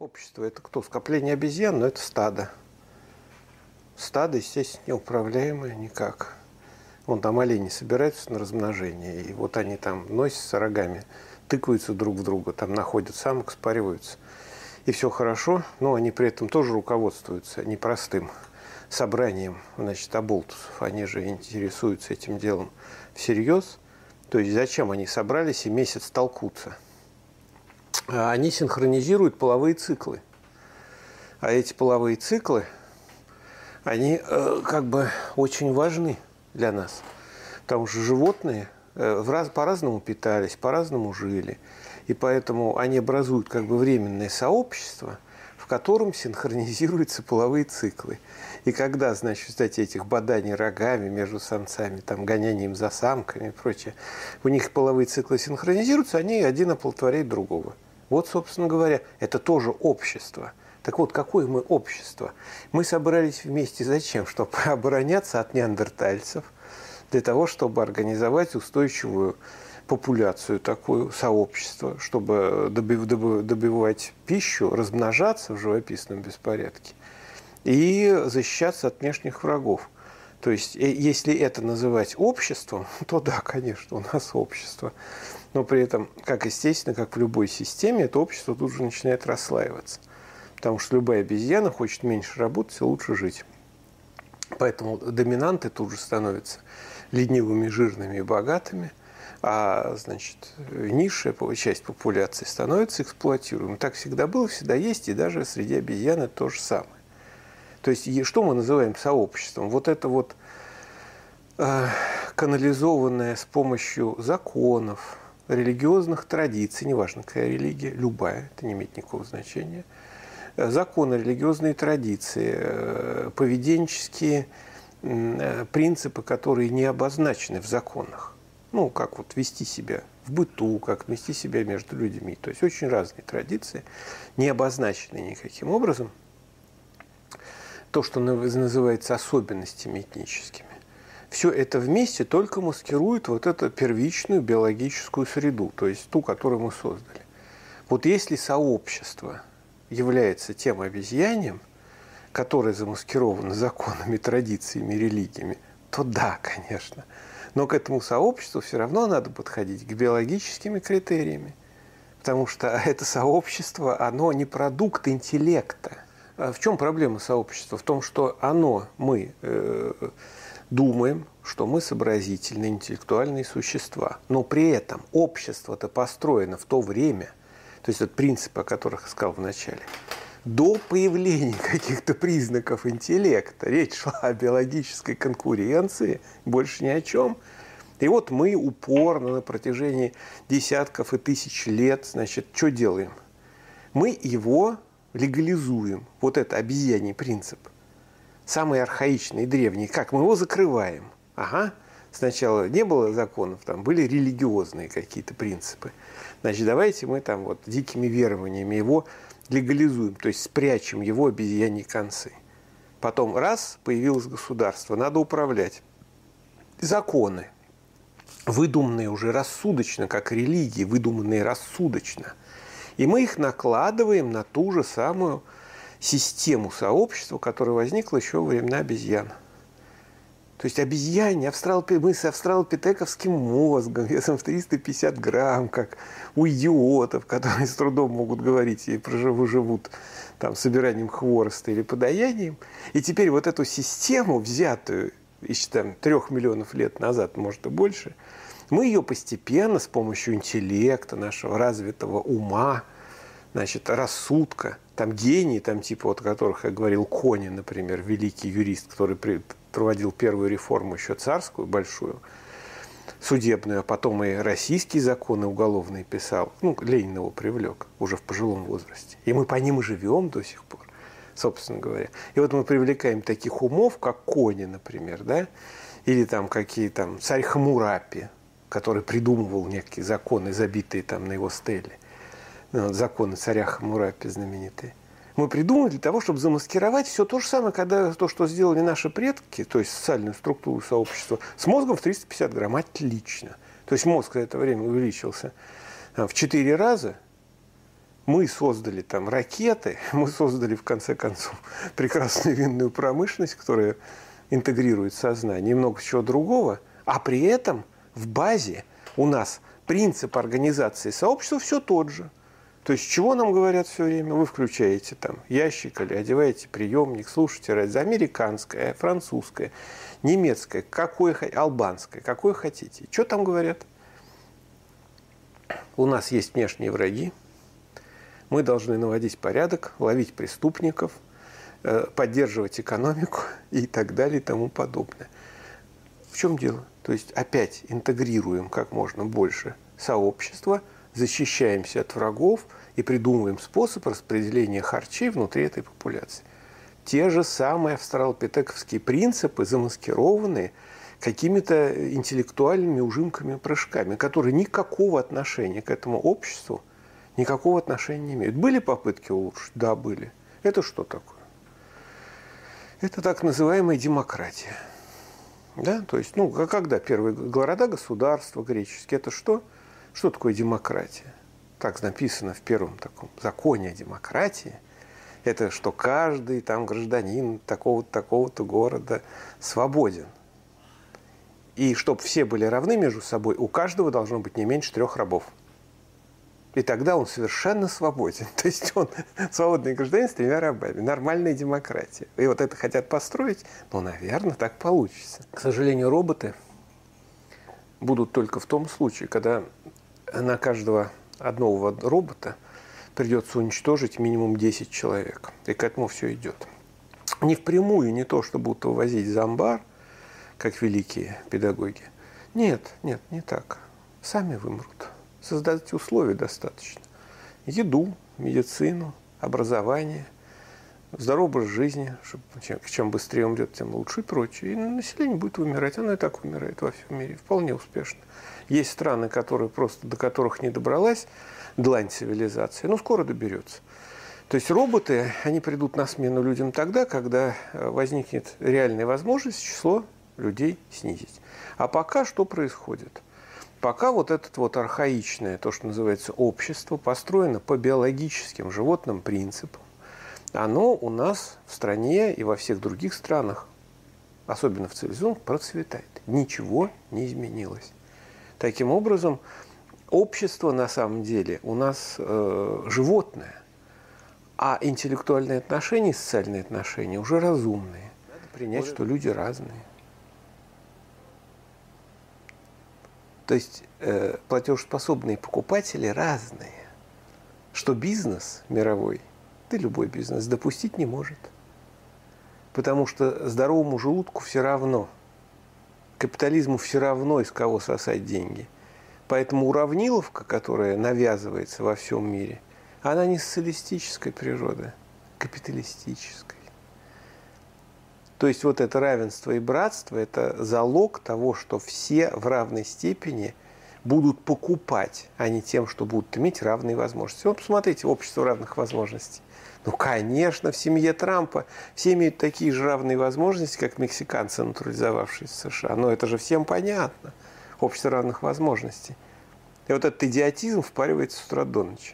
Общество – это кто? Скопление обезьян, но это стадо. Стадо, естественно, неуправляемое никак. Вон там олени собираются на размножение, и вот они там носятся рогами, тыкаются друг в друга, там находят самок, спариваются. И все хорошо, но они при этом тоже руководствуются непростым собранием, значит, оболтусов. Они же интересуются этим делом всерьез. То есть зачем они собрались и месяц толкутся? Они синхронизируют половые циклы. А эти половые циклы, они как бы очень важны для нас. Потому что животные по-разному питались, по-разному жили. И поэтому они образуют как бы временное сообщество, в котором синхронизируются половые циклы. И когда, значит, кстати, этих боданий рогами между самцами, там, гонянием за самками и прочее, у них половые циклы синхронизируются, они один оплодотворяет другого. Вот, собственно говоря, это тоже общество. Так вот, какое мы общество? Мы собрались вместе зачем? Чтобы обороняться от неандертальцев, для того, чтобы организовать устойчивую популяцию, такое сообщество, чтобы добывать пищу, размножаться в живописном беспорядке и защищаться от внешних врагов. То есть, если это называть обществом, то да, конечно, у нас общество. Но при этом, как естественно, как в любой системе, это общество тут же начинает расслаиваться. Потому что любая обезьяна хочет меньше работать и лучше жить. Поэтому доминанты тут же становятся ленивыми, жирными и богатыми, а, значит, низшая часть популяции становится эксплуатируемой. Так всегда было, всегда есть, и даже среди обезьян это то же самое. То есть, что мы называем сообществом? Вот это вот канализованное с помощью законов, религиозных традиций, неважно какая религия, любая, это не имеет никакого значения, законы, религиозные традиции, поведенческие принципы, которые не обозначены в законах. Ну, как вот вести себя в быту, как вести себя между людьми. То есть очень разные традиции, не обозначенные никаким образом. То, что называется особенностями этническими. Все это вместе только маскирует вот эту первичную биологическую среду, то есть ту, которую мы создали. Вот если сообщество является тем обезьянием, которое замаскировано законами, традициями, религиями, то да, конечно. Но к этому сообществу все равно надо подходить к биологическими критериями, потому что это сообщество, оно не продукт интеллекта. В чем проблема сообщества? В том, что мы думаем, что мы сообразительные, интеллектуальные существа. Но при этом общество-то построено в то время, то есть это принципы, о которых я сказал в начале, до появления каких-то признаков интеллекта. Речь шла о биологической конкуренции, больше ни о чем. И вот мы упорно на протяжении десятков и тысяч лет, значит, что делаем? Мы его легализуем. Вот это обезьяний принцип. Самый архаичный и древний. Как мы его закрываем? Ага. Сначала не было законов, там были религиозные какие-то принципы. Значит, давайте мы там вот дикими верованиями его легализуем, то есть спрячем его обезьяньи концы. Потом раз, появилось государство, надо управлять. Законы, выдуманные уже рассудочно, как религии, выдуманные рассудочно. И мы их накладываем на ту же самую систему сообщества, которая возникла еще во времена обезьян. То есть обезьяне, мы с австралопитековским мозгом, весом в 350 грамм, как у идиотов, которые с трудом могут говорить и живут там, собиранием хвороста или подаянием. И теперь вот эту систему, взятую еще там, 3 миллионов лет назад, может и больше, мы ее постепенно с помощью интеллекта, нашего развитого ума, значит, рассудка, там гении, там типа вот о которых я говорил, Кони, например, великий юрист, который проводил первую реформу еще царскую, большую, судебную, а потом и российские законы уголовные писал. Ну, Ленин его привлек уже в пожилом возрасте. И мы по ним и живем до сих пор, собственно говоря. И вот мы привлекаем таких умов, как Кони, например, да, или там какие там царь Хаммурапи, который придумывал некие законы, забитые там на его стеле. Законы царя Хаммурапи знаменитые. Мы придумали для того, чтобы замаскировать все то же самое, когда то, что сделали наши предки, то есть социальную структуру сообщества, с мозгом в 350 грамм. Отлично. То есть мозг за это время увеличился в 4 раза, Мы создали там ракеты, мы создали, в конце концов, прекрасную винную промышленность, которая интегрирует сознание и много чего другого, а при этом в базе у нас принцип организации сообщества все тот же. То есть, чего нам говорят все время? Вы включаете там ящик или одеваете приемник, слушаете радио, американское, французское, немецкое, албанское, какое хотите. Что там говорят? У нас есть внешние враги, мы должны наводить порядок, ловить преступников, поддерживать экономику и так далее и тому подобное. В чем дело? То есть опять интегрируем как можно больше сообщества, защищаемся от врагов и придумываем способ распределения харчей внутри этой популяции. Те же самые австралопитековские принципы, замаскированные какими-то интеллектуальными ужимками, прыжками, которые никакого отношения к этому обществу, никакого отношения не имеют. Были попытки улучшить? Да, были. Это что такое? Это так называемая демократия. Да? То есть, когда первые города государства греческие, это что? Что такое демократия? Так написано в первом таком законе о демократии. Это что каждый там гражданин такого-то города свободен. И чтобы все были равны между собой, у каждого должно быть не меньше 3 рабов. И тогда он совершенно свободен. То есть он свободный гражданин с 3 рабами. Нормальная демократия. И вот это хотят построить? Наверное, так получится. К сожалению, роботы будут только в том случае, когда на каждого одного робота придется уничтожить минимум 10 человек. И к этому все идет. Не впрямую, не то, что будут вывозить за амбар, как великие педагоги. Нет, не так. Сами вымрут. Создать условия достаточно. Еду, медицину, образование, здоровый образ жизни, чтобы чем быстрее умрет, тем лучше и прочее. И население будет вымирать. Оно и так умирает во всем мире. Вполне успешно. Есть страны, до которых не добралась длань цивилизации, скоро доберется. То есть роботы, они придут на смену людям тогда, когда возникнет реальная возможность число людей снизить. А пока что происходит? Пока вот это архаичное, то, что называется общество, построено по биологическим животным принципам, оно у нас в стране и во всех других странах, особенно в цивилизованных, процветает. Ничего не изменилось. Таким образом, общество на самом деле у нас животное, а интеллектуальные отношения, социальные отношения уже разумные. Надо принять, что люди разные. То есть платежеспособные покупатели разные. Что бизнес мировой, да любой бизнес, допустить не может. Потому что здоровому желудку все равно. Капитализму все равно, из кого сосать деньги. Поэтому уравниловка, которая навязывается во всем мире, она не социалистической природы, капиталистической. То есть вот это равенство и братство – это залог того, что все в равной степени будут покупать, а не тем, что будут иметь равные возможности. Вот посмотрите, общество равных возможностей. Конечно, в семье Трампа все имеют такие же равные возможности, как мексиканцы, натурализовавшиеся в США. Но это же всем понятно. Общество равных возможностей. И вот этот идиотизм впаривается с утра до ночи.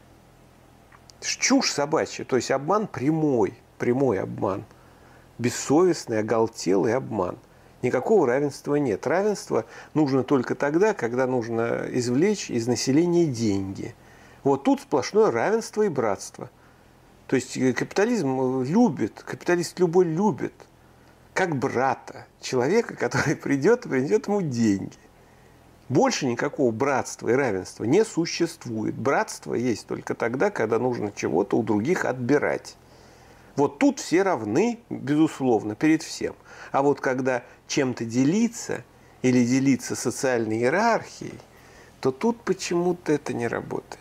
Чушь собачья, то есть обман прямой обман. Бессовестный, оголтелый обман. Никакого равенства нет. Равенство нужно только тогда, когда нужно извлечь из населения деньги. Вот тут сплошное равенство и братство. То есть капитализм любит, капиталист любой любит, как брата, человека, который придет и принесет ему деньги. Больше никакого братства и равенства не существует. Братство есть только тогда, когда нужно чего-то у других отбирать. Вот тут все равны, безусловно, перед всем. А вот когда чем-то делиться или делиться социальной иерархией, то тут почему-то это не работает.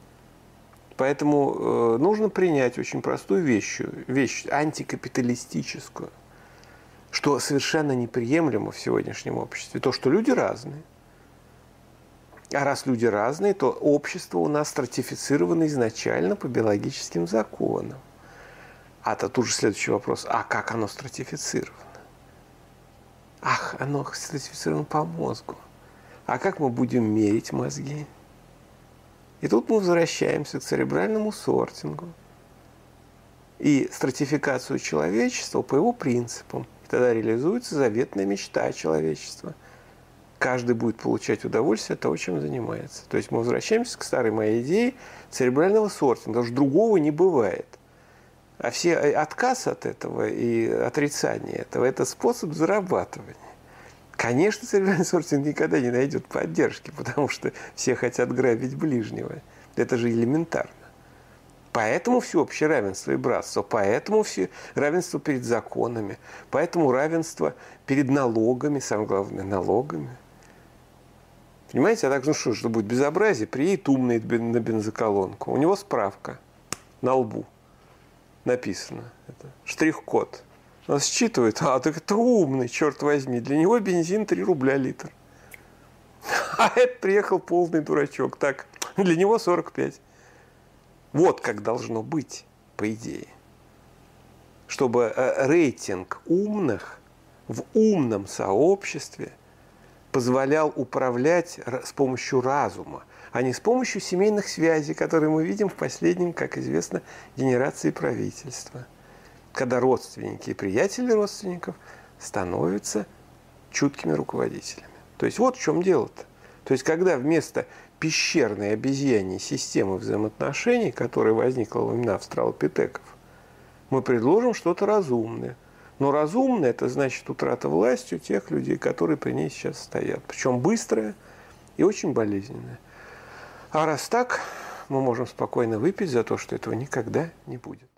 Поэтому нужно принять очень простую вещь антикапиталистическую, что совершенно неприемлемо в сегодняшнем обществе. То, что люди разные. А раз люди разные, то общество у нас стратифицировано изначально по биологическим законам. А то тут же следующий вопрос. А как оно стратифицировано? Оно стратифицировано по мозгу. А как мы будем мерить мозги? И тут мы возвращаемся к церебральному сортингу и стратификацию человечества по его принципам. И тогда реализуется заветная мечта человечества. Каждый будет получать удовольствие от того, чем занимается. То есть мы возвращаемся к старой моей идее церебрального сортинга, потому что другого не бывает. А все отказ от этого и отрицание этого – это способ зарабатывания. Конечно, церебральный сортинг никогда не найдет поддержки, потому что все хотят грабить ближнего. Это же элементарно. Поэтому всеобщее равенство и братство, поэтому все равенство перед законами, поэтому равенство перед налогами, самое главное, налогами. Понимаете, а так, ну что будет безобразие? Приедет умный на бензоколонку, у него справка на лбу написано, это штрих-код. Он считывает, так это умный, черт возьми, для него бензин 3 рубля литр. А это приехал полный дурачок, так, для него 45. Вот как должно быть, по идее. Чтобы рейтинг умных в умном сообществе позволял управлять с помощью разума, а не с помощью семейных связей, которые мы видим в последнем, как известно, генерации правительства. Когда родственники и приятели родственников становятся чуткими руководителями. То есть вот в чем дело-то. То есть когда вместо пещерной обезьяньей системы взаимоотношений, которая возникла во времена австралопитеков, мы предложим что-то разумное. Но разумное – это значит утрата власти у тех людей, которые при ней сейчас стоят. Причем быстрая и очень болезненная. А раз так, мы можем спокойно выпить за то, что этого никогда не будет.